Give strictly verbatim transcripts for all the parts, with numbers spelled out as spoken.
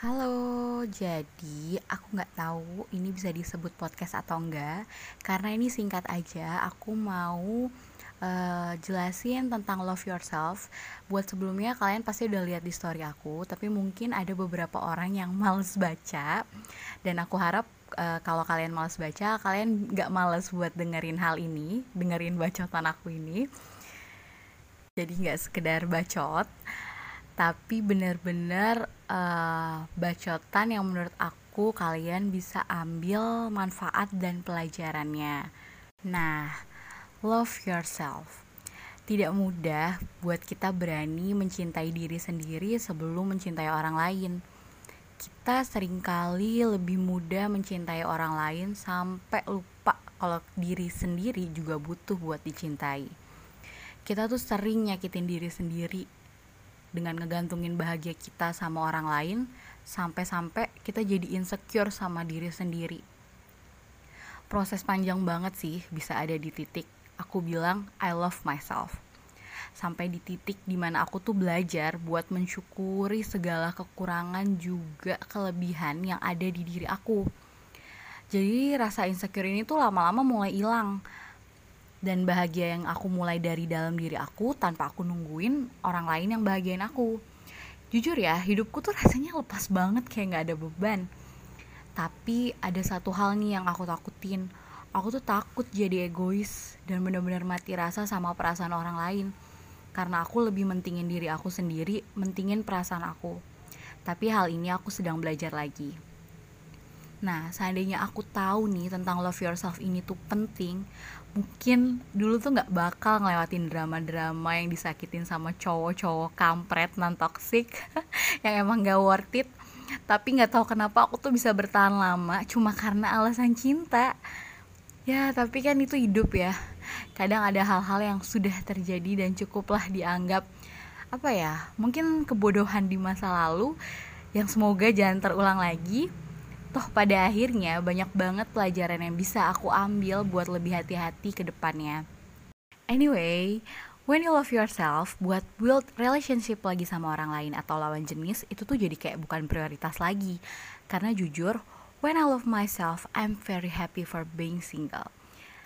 Halo, jadi aku nggak tahu ini bisa disebut podcast atau enggak, karena ini singkat aja. Aku mau uh, jelasin tentang love yourself. Buat sebelumnya kalian pasti udah lihat di story aku, tapi mungkin ada beberapa orang yang males baca, dan aku harap uh, kalau kalian males baca, kalian nggak males buat dengerin hal ini, dengerin bacotan aku ini. Jadi nggak sekedar bacot, tapi benar-benar uh, bacotan yang menurut aku kalian bisa ambil manfaat dan pelajarannya. Nah, love yourself. Tidak mudah buat kita berani mencintai diri sendiri sebelum mencintai orang lain. Kita seringkali lebih mudah mencintai orang lain sampai lupa kalau diri sendiri juga butuh buat dicintai. Kita tuh sering nyakitin diri sendiri dengan ngegantungin bahagia kita sama orang lain, sampai-sampai kita jadi insecure sama diri sendiri. Proses panjang banget sih bisa ada di titik aku bilang I love myself. Sampai di titik dimana aku tuh belajar buat mensyukuri segala kekurangan juga kelebihan yang ada di diri aku. Jadi rasa insecure ini tuh lama-lama mulai hilang. Dan bahagia yang aku mulai dari dalam diri aku tanpa aku nungguin orang lain yang bahagiain aku. Jujur ya, hidupku tuh rasanya lepas banget, kayak gak ada beban. Tapi ada satu hal nih yang aku takutin. Aku tuh takut jadi egois dan benar-benar mati rasa sama perasaan orang lain. Karena aku lebih mentingin diri aku sendiri, mentingin perasaan aku. Tapi hal ini aku sedang belajar lagi. Nah, seandainya aku tahu nih tentang love yourself ini tuh penting, mungkin dulu tuh gak bakal ngelewatin drama-drama yang disakitin sama cowok-cowok kampret non-toxic yang emang gak worth it. Tapi gak tahu kenapa aku tuh bisa bertahan lama cuma karena alasan cinta. Ya, tapi kan itu hidup ya. Kadang ada hal-hal yang sudah terjadi dan cukuplah dianggap apa ya, mungkin kebodohan di masa lalu yang semoga jangan terulang lagi. Toh pada akhirnya banyak banget pelajaran yang bisa aku ambil buat lebih hati-hati ke depannya. Anyway, when you love yourself, buat build relationship lagi sama orang lain atau lawan jenis, itu tuh jadi kayak bukan prioritas lagi. Karena jujur, when I love myself, I'm very happy for being single.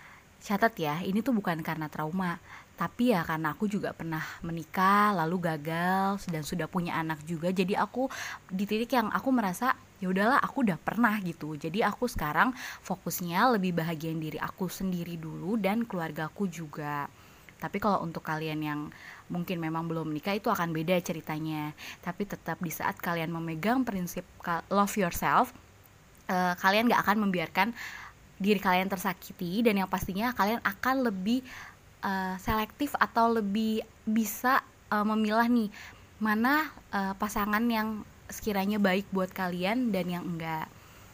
Catat ya, ini tuh bukan karena trauma, tapi ya karena aku juga pernah menikah, lalu gagal, dan sudah punya anak juga. Jadi aku di titik yang aku merasa ya udahlah, aku udah pernah gitu. Jadi aku sekarang fokusnya lebih bahagiain diri aku sendiri dulu dan keluargaku juga. Tapi kalau untuk kalian yang mungkin memang belum menikah, itu akan beda ceritanya. Tapi tetap di saat kalian memegang prinsip love yourself, uh, kalian gak akan membiarkan diri kalian tersakiti, dan yang pastinya kalian akan lebih uh, selektif atau lebih bisa uh, memilah nih mana uh, pasangan yang sekiranya baik buat kalian dan yang enggak.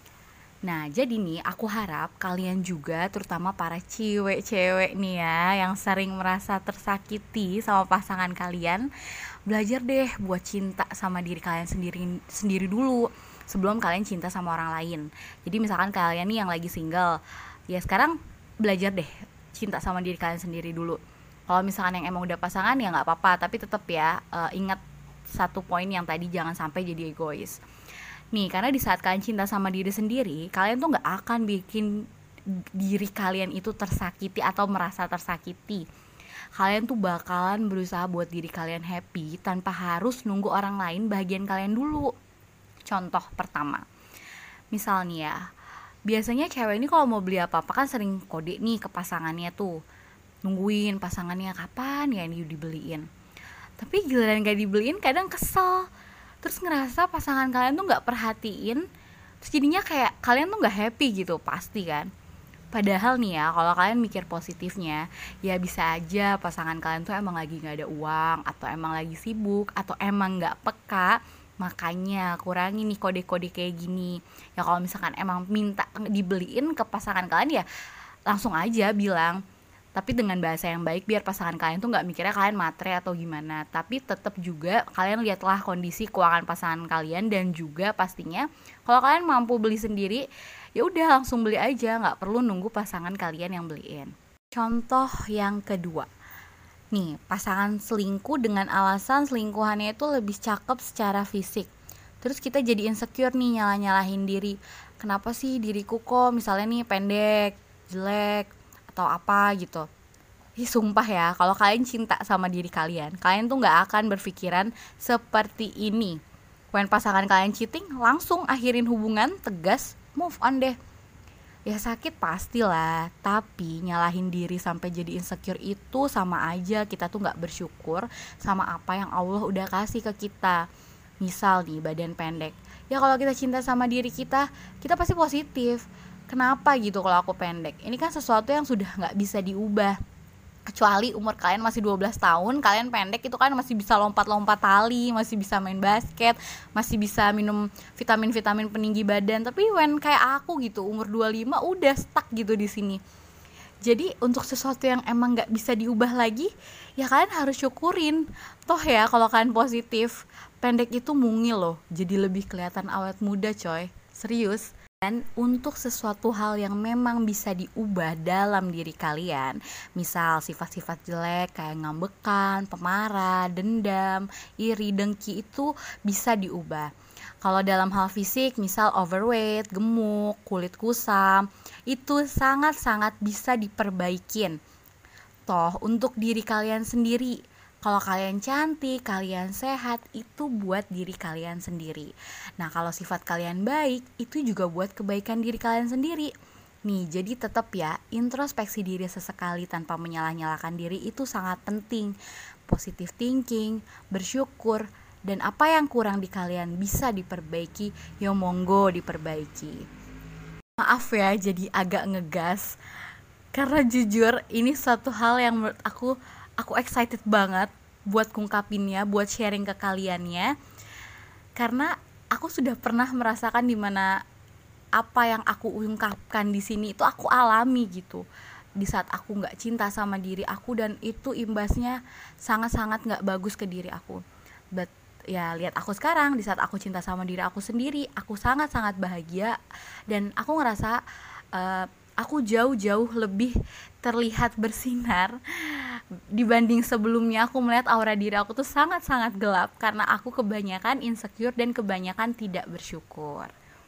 Nah, jadi nih aku harap kalian juga, terutama para cewek-cewek nih ya yang sering merasa tersakiti sama pasangan kalian, belajar deh buat cinta sama diri kalian sendiri sendiri dulu sebelum kalian cinta sama orang lain. Jadi misalkan kalian nih yang lagi single, ya sekarang belajar deh cinta sama diri kalian sendiri dulu. Kalau misalkan yang emang udah pasangan ya nggak apa-apa, tapi tetap ya uh, ingat satu poin yang tadi, jangan sampai jadi egois. Nih, karena di saat kalian cinta sama diri sendiri, kalian tuh nggak akan bikin diri kalian itu tersakiti atau merasa tersakiti. Kalian tuh bakalan berusaha buat diri kalian happy tanpa harus nunggu orang lain bahagian kalian dulu. Contoh pertama, misal nih ya, biasanya cewek ini kalau mau beli apa-apa kan sering kode nih ke pasangannya tuh, nungguin pasangannya kapan ya ini dibeliin. Tapi giliran gak dibeliin kadang kesel, terus ngerasa pasangan kalian tuh gak perhatiin, terus jadinya kayak kalian tuh gak happy gitu, pasti kan. Padahal nih ya, kalau kalian mikir positifnya, ya bisa aja pasangan kalian tuh emang lagi gak ada uang, atau emang lagi sibuk, atau emang gak peka. Makanya kurangi nih kode-kode kayak gini. Ya kalau misalkan emang minta dibeliin ke pasangan kalian, ya langsung aja bilang, tapi dengan bahasa yang baik biar pasangan kalian tuh nggak mikirnya kalian matre atau gimana. Tapi tetap juga kalian lihatlah kondisi keuangan pasangan kalian, dan juga pastinya kalau kalian mampu beli sendiri, ya udah langsung beli aja, nggak perlu nunggu pasangan kalian yang beliin. Contoh yang kedua, nih pasangan selingkuh dengan alasan selingkuhannya itu lebih cakep secara fisik. Terus kita jadi insecure nih, nyalah-nyalahin diri. Kenapa sih diriku kok misalnya nih pendek, jelek, atau apa gitu. Ih, sumpah ya, kalau kalian cinta sama diri kalian, kalian tuh gak akan berpikiran seperti ini. When pasangan kalian cheating, langsung akhirin hubungan, tegas, move on deh. Ya sakit pastilah, tapi nyalahin diri sampai jadi insecure itu sama aja kita tuh gak bersyukur sama apa yang Allah udah kasih ke kita. Misal nih, badan pendek. Ya kalau kita cinta sama diri kita, kita pasti positif. Kenapa gitu kalau aku pendek? Ini kan sesuatu yang sudah gak bisa diubah. Kecuali umur kalian masih dua belas tahun, kalian pendek itu kan masih bisa lompat-lompat tali, masih bisa main basket, masih bisa minum vitamin-vitamin peninggi badan. Tapi when kayak aku gitu, umur dua puluh lima udah stuck gitu di sini. Jadi untuk sesuatu yang emang gak bisa diubah lagi, ya kalian harus syukurin. Toh ya kalau kalian positif, pendek itu mungil loh, jadi lebih kelihatan awet muda coy. Serius. Dan untuk sesuatu hal yang memang bisa diubah dalam diri kalian, misal sifat-sifat jelek kayak ngambekan, pemarah, dendam, iri, dengki, itu bisa diubah. Kalau dalam hal fisik, misal overweight, gemuk, kulit kusam, itu sangat-sangat bisa diperbaikin. Toh untuk diri kalian sendiri, kalau kalian cantik, kalian sehat, itu buat diri kalian sendiri. Nah kalau sifat kalian baik, itu juga buat kebaikan diri kalian sendiri. Nih jadi tetap ya, introspeksi diri sesekali tanpa menyalah-nyalahkan diri itu sangat penting. Positive thinking, bersyukur, dan apa yang kurang di kalian bisa diperbaiki, ya monggo diperbaiki. Maaf ya jadi agak ngegas, karena jujur ini suatu hal yang menurut aku Aku excited banget buat ngungkapinnya, buat sharing ke kaliannya. Karena aku sudah pernah merasakan dimana apa yang aku ungkapkan di sini itu aku alami gitu. Di saat aku nggak cinta sama diri aku, dan itu imbasnya sangat-sangat nggak bagus ke diri aku. But ya lihat aku sekarang, di saat aku cinta sama diri aku sendiri, aku sangat-sangat bahagia. Dan aku ngerasa uh, aku jauh-jauh lebih terlihat bersinar dibanding sebelumnya. Aku melihat aura diri aku tuh sangat-sangat gelap karena aku kebanyakan insecure dan kebanyakan tidak bersyukur.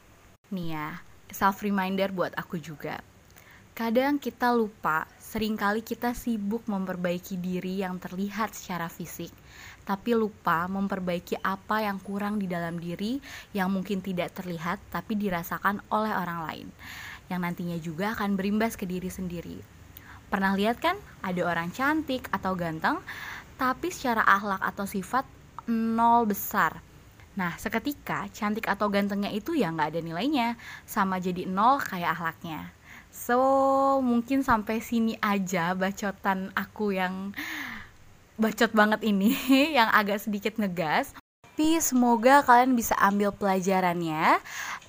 Nih ya, self reminder buat aku juga. Kadang kita lupa, seringkali kita sibuk memperbaiki diri yang terlihat secara fisik, tapi lupa memperbaiki apa yang kurang di dalam diri yang mungkin tidak terlihat tapi dirasakan oleh orang lain, yang nantinya juga akan berimbas ke diri sendiri. Pernah lihat kan, ada orang cantik atau ganteng, tapi secara akhlak atau sifat nol besar. Nah, seketika cantik atau gantengnya itu ya gak ada nilainya, sama jadi nol kayak akhlaknya. So, mungkin sampai sini aja bacotan aku yang bacot banget ini, yang agak sedikit ngegas. Tapi semoga kalian bisa ambil pelajarannya,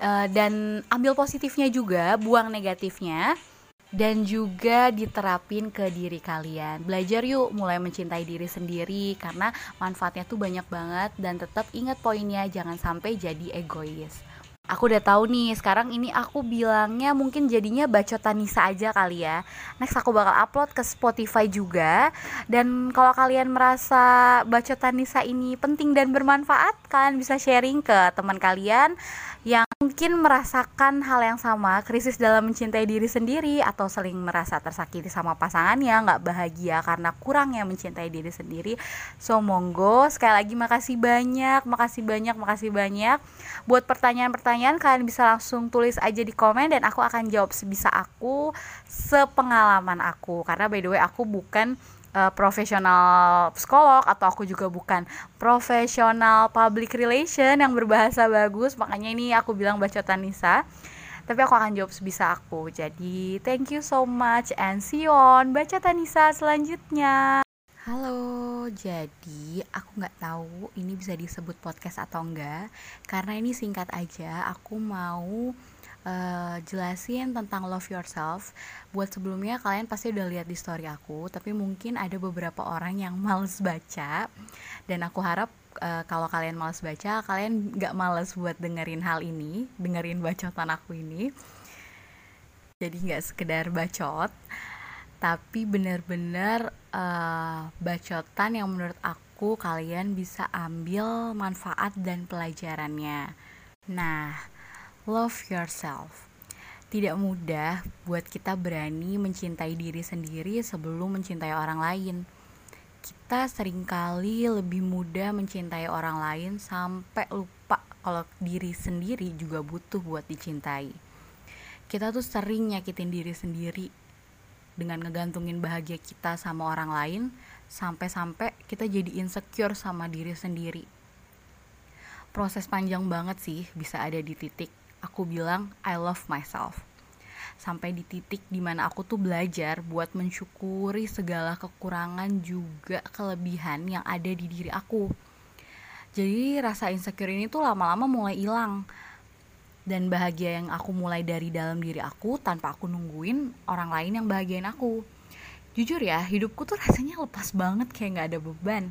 dan ambil positifnya juga, buang negatifnya, dan juga diterapin ke diri kalian. Belajar yuk mulai mencintai diri sendiri, karena manfaatnya tuh banyak banget. Dan tetap ingat poinnya, jangan sampai jadi egois. Aku udah tahu nih, sekarang ini aku bilangnya mungkin jadinya bacotan Nisa aja kali ya. Next aku bakal upload ke Spotify juga. Dan kalau kalian merasa bacotan Nisa ini penting dan bermanfaat, kalian bisa sharing ke teman kalian yang mungkin merasakan hal yang sama, krisis dalam mencintai diri sendiri, atau sering merasa tersakiti sama pasangannya, gak bahagia karena kurangnya mencintai diri sendiri. So monggo, sekali lagi makasih banyak, makasih banyak, makasih banyak. Buat pertanyaan-pertanyaan kalian bisa langsung tulis aja di komen, dan aku akan jawab sebisa aku, sepengalaman aku. Karena by the way aku bukan Uh, profesional psikolog, atau aku juga bukan profesional public relation yang berbahasa bagus. Makanya ini aku bilang bacotan Nisa, tapi aku akan jawab sebisa aku. Jadi thank you so much and see you on bacotan Nisa selanjutnya. Halo, jadi aku nggak tahu ini bisa disebut podcast atau enggak, karena ini singkat aja. Aku mau Uh, jelasin tentang love yourself. Buat sebelumnya kalian pasti udah lihat di story aku, tapi mungkin ada beberapa orang yang males baca, dan aku harap uh, kalau kalian males baca, kalian gak males buat dengerin hal ini, dengerin bacotan aku ini. Jadi gak sekedar bacot, tapi bener-bener uh, bacotan yang menurut aku aku kalian bisa ambil manfaat dan pelajarannya. Nah, love yourself. Tidak mudah buat kita berani mencintai diri sendiri sebelum mencintai orang lain. Kita seringkali lebih mudah mencintai orang lain sampai lupa kalau diri sendiri juga butuh buat dicintai. Kita tuh sering nyakitin diri sendiri dengan ngegantungin bahagia kita sama orang lain, sampai-sampai kita jadi insecure sama diri sendiri. Proses panjang banget sih bisa ada di titik aku bilang I love myself. Sampai di titik dimana aku tuh belajar buat mensyukuri segala kekurangan juga kelebihan yang ada di diri aku. Jadi rasa insecure ini tuh lama-lama mulai hilang. Dan bahagia yang aku mulai dari dalam diri aku tanpa aku nungguin orang lain yang bahagiain aku. Jujur ya, hidupku tuh rasanya lepas banget kayak gak ada beban.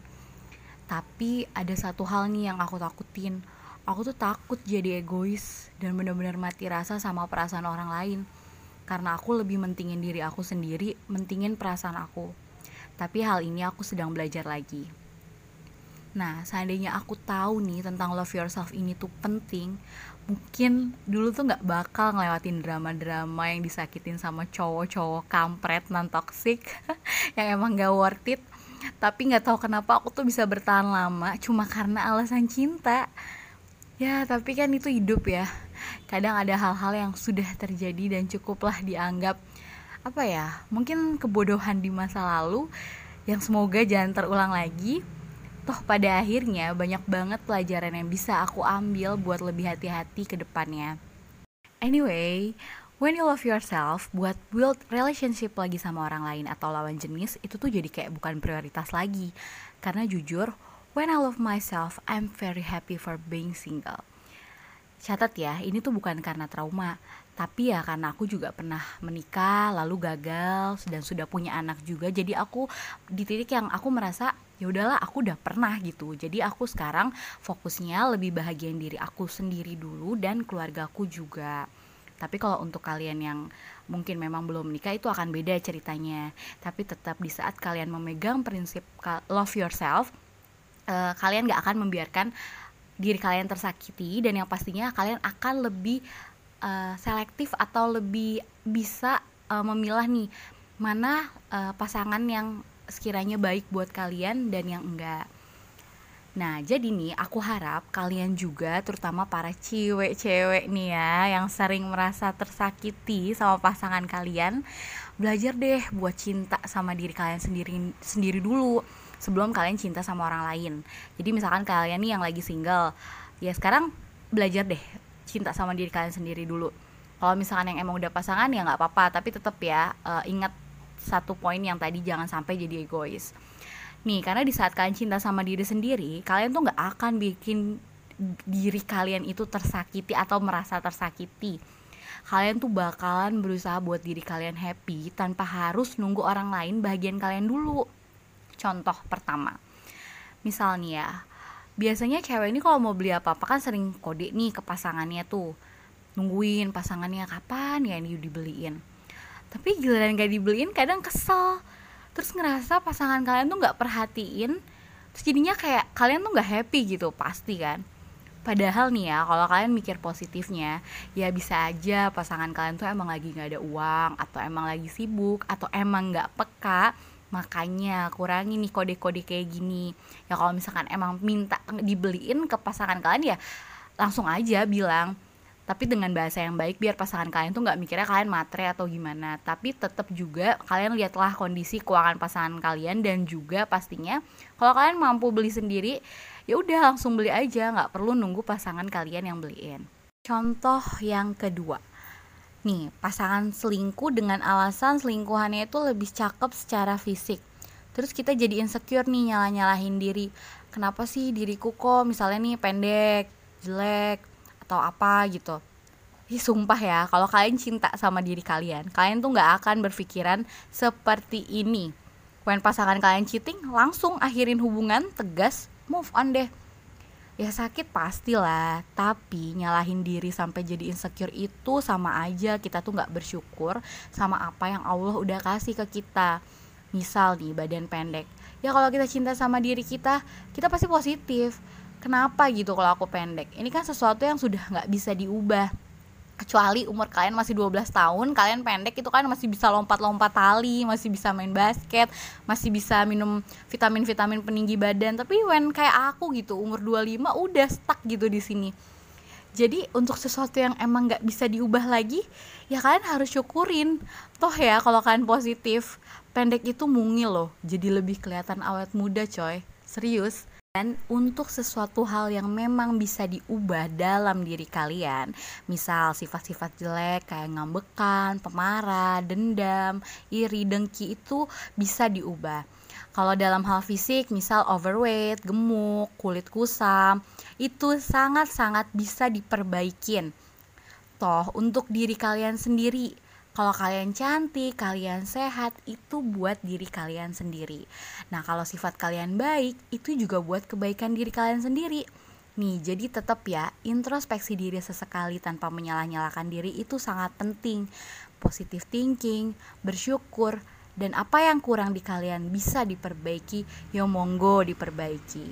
Tapi ada satu hal nih yang aku takutin. Aku tuh takut jadi egois dan benar-benar mati rasa sama perasaan orang lain. Karena aku lebih mentingin diri aku sendiri, mentingin perasaan aku. Tapi hal ini aku sedang belajar lagi. Nah, seandainya aku tahu nih tentang love yourself ini tuh penting, mungkin dulu tuh gak bakal ngelewatin drama-drama yang disakitin sama cowok-cowok kampret non-toxic yang emang gak worth it. Tapi gak tahu kenapa aku tuh bisa bertahan lama cuma karena alasan cinta. Ya, tapi kan itu hidup ya. Kadang ada hal-hal yang sudah terjadi dan cukuplah dianggap apa ya, mungkin kebodohan di masa lalu yang semoga jangan terulang lagi. Toh pada akhirnya banyak banget pelajaran yang bisa aku ambil buat lebih hati-hati ke depannya. Anyway, when you love yourself, buat build relationship lagi sama orang lain atau lawan jenis, itu tuh jadi kayak bukan prioritas lagi. Karena jujur, when I love myself, I'm very happy for being single. Catat ya, ini tuh bukan karena trauma, tapi ya karena aku juga pernah menikah, lalu gagal, dan sudah punya anak juga. Jadi aku di titik yang aku merasa, ya udahlah aku udah pernah gitu. Jadi aku sekarang fokusnya lebih bahagiain diri aku sendiri dulu dan keluargaku juga. Tapi kalau untuk kalian yang mungkin memang belum menikah, itu akan beda ceritanya. Tapi tetap di saat kalian memegang prinsip love yourself, uh, kalian gak akan membiarkan diri kalian tersakiti. Dan yang pastinya kalian akan lebih uh, selektif atau lebih bisa uh, memilah nih mana uh, pasangan yang sekiranya baik buat kalian dan yang enggak. Nah, jadi nih aku harap kalian juga, terutama para cewek-cewek nih ya yang sering merasa tersakiti sama pasangan kalian, belajar deh buat cinta sama diri kalian sendiri sendiri dulu sebelum kalian cinta sama orang lain. Jadi misalkan kalian nih yang lagi single, ya sekarang belajar deh cinta sama diri kalian sendiri dulu. Kalau misalkan yang emang udah pasangan ya nggak apa-apa, tapi tetap ya uh, ingat satu poin yang tadi, jangan sampai jadi egois. Nih, karena di saat kalian cinta sama diri sendiri, kalian tuh gak akan bikin diri kalian itu tersakiti atau merasa tersakiti. Kalian tuh bakalan berusaha buat diri kalian happy tanpa harus nunggu orang lain bahagian kalian dulu. Contoh pertama, misal nih ya, biasanya cewek ini kalau mau beli apa-apa kan sering kode nih ke pasangannya tuh, nungguin pasangannya kapan ya ini dibeliin. Tapi giliran gak dibeliin kadang kesel, terus ngerasa pasangan kalian tuh gak perhatiin, terus jadinya kayak kalian tuh gak happy gitu, pasti kan. Padahal nih ya, kalau kalian mikir positifnya, ya bisa aja pasangan kalian tuh emang lagi gak ada uang, atau emang lagi sibuk, atau emang gak peka. Makanya kurangi nih kode-kode kayak gini. Ya kalau misalkan emang minta dibeliin ke pasangan kalian, ya langsung aja bilang, tapi dengan bahasa yang baik biar pasangan kalian tuh nggak mikirnya kalian matre atau gimana. Tapi tetap juga kalian lihatlah kondisi keuangan pasangan kalian, dan juga pastinya kalau kalian mampu beli sendiri, ya udah langsung beli aja, nggak perlu nunggu pasangan kalian yang beliin. Contoh yang kedua, nih pasangan selingkuh dengan alasan selingkuhannya itu lebih cakep secara fisik. Terus kita jadi insecure nih, nyalah-nyalahin diri. Kenapa sih diriku kok misalnya nih pendek, jelek, atau apa gitu. Ih, sumpah ya, kalau kalian cinta sama diri kalian, kalian tuh gak akan berpikiran seperti ini. When pasangan kalian cheating, langsung akhirin hubungan, tegas, move on deh. Ya sakit pastilah, tapi nyalahin diri sampai jadi insecure itu sama aja kita tuh gak bersyukur sama apa yang Allah udah kasih ke kita. Misal nih badan pendek, Ya kalau kita cinta sama diri kita, kita pasti positif. Kenapa gitu kalau aku pendek? Ini kan sesuatu yang sudah nggak bisa diubah. Kecuali umur kalian masih dua belas tahun, kalian pendek itu kan masih bisa lompat-lompat tali, masih bisa main basket, masih bisa minum vitamin-vitamin peninggi badan. Tapi when kayak aku gitu, umur dua puluh lima udah stuck gitu di sini. Jadi untuk sesuatu yang emang gak bisa diubah lagi, ya kalian harus syukurin. Toh ya kalau kalian positif, pendek itu mungil loh, jadi lebih kelihatan awet muda coy. Serius. Dan untuk sesuatu hal yang memang bisa diubah dalam diri kalian, misal sifat-sifat jelek kayak ngambekan, pemarah, dendam, iri, dengki, itu bisa diubah. Kalau dalam hal fisik, misal overweight, gemuk, kulit kusam, itu sangat-sangat bisa diperbaikin. Toh untuk diri kalian sendiri, kalau kalian cantik, kalian sehat, itu buat diri kalian sendiri. Nah kalau sifat kalian baik, itu juga buat kebaikan diri kalian sendiri. Nih jadi tetap ya, introspeksi diri sesekali tanpa menyalah-nyalahkan diri itu sangat penting. Positive thinking, bersyukur, dan apa yang kurang di kalian bisa diperbaiki, ya monggo diperbaiki.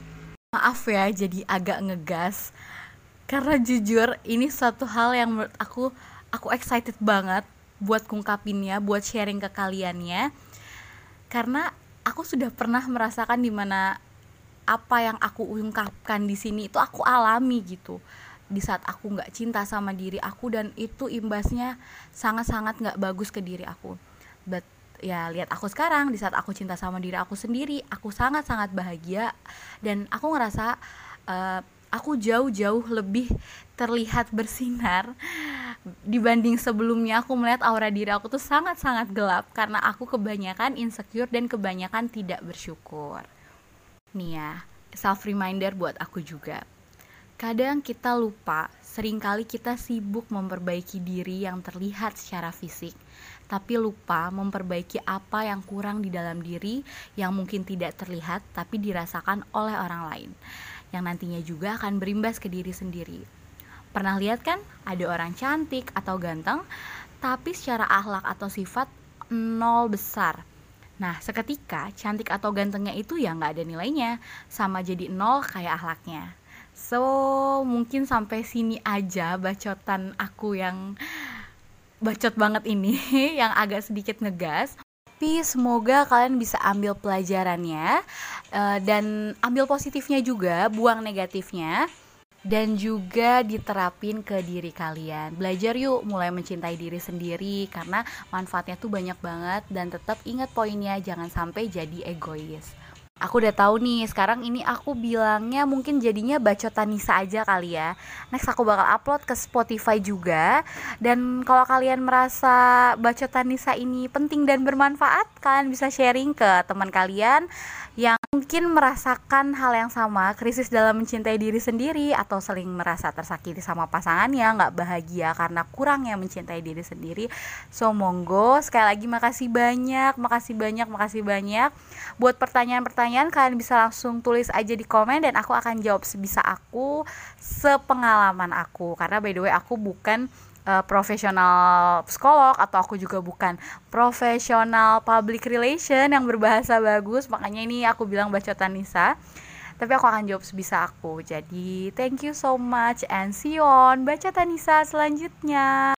Maaf ya jadi agak ngegas, karena jujur ini suatu hal yang menurut aku aku excited banget buat ngungkapinnya, buat sharing ke kaliannya. Karena aku sudah pernah merasakan dimana apa yang aku ungkapkan di sini itu aku alami gitu. Di saat aku nggak cinta sama diri aku, dan itu imbasnya sangat-sangat nggak bagus ke diri aku. But ya lihat aku sekarang, di saat aku cinta sama diri aku sendiri, aku sangat-sangat bahagia. Dan aku ngerasa uh, aku jauh-jauh lebih terlihat bersinar dibanding sebelumnya. Aku melihat aura diri aku tuh sangat-sangat gelap karena aku kebanyakan insecure dan kebanyakan tidak bersyukur. Nih ya, self reminder buat aku juga. Kadang kita lupa, seringkali kita sibuk memperbaiki diri yang terlihat secara fisik, tapi lupa memperbaiki apa yang kurang di dalam diri yang mungkin tidak terlihat tapi dirasakan oleh orang lain, yang nantinya juga akan berimbas ke diri sendiri. Pernah lihat kan, ada orang cantik atau ganteng, tapi secara akhlak atau sifat nol besar. Nah, seketika cantik atau gantengnya itu ya gak ada nilainya, sama jadi nol kayak akhlaknya. So, mungkin sampai sini aja bacotan aku yang bacot banget ini, yang agak sedikit ngegas. Tapi semoga kalian bisa ambil pelajarannya, dan ambil positifnya juga, buang negatifnya, dan juga diterapin ke diri kalian. Belajar yuk mulai mencintai diri sendiri, karena manfaatnya tuh banyak banget. Dan tetap ingat poinnya, jangan sampai jadi egois. Aku udah tahu nih, sekarang ini aku bilangnya mungkin jadinya bacotan Nisa aja kali ya. Next aku bakal upload ke Spotify juga. Dan kalau kalian merasa bacotan Nisa ini penting dan bermanfaat, kalian bisa sharing ke teman kalian yang mungkin merasakan hal yang sama, krisis dalam mencintai diri sendiri, atau sering merasa tersakiti sama pasangannya, gak bahagia karena kurangnya mencintai diri sendiri. So monggo, sekali lagi makasih banyak, makasih banyak, makasih banyak. Buat pertanyaan-pertanyaan kalian bisa langsung tulis aja di komen, dan aku akan jawab sebisa aku, sepengalaman aku. Karena by the way aku bukan Uh, profesional psikolog, atau aku juga bukan profesional public relation yang berbahasa bagus. Makanya ini aku bilang bacotan Nisa, tapi aku akan jawab sebisa aku. Jadi thank you so much and see you on bacotan Nisa selanjutnya.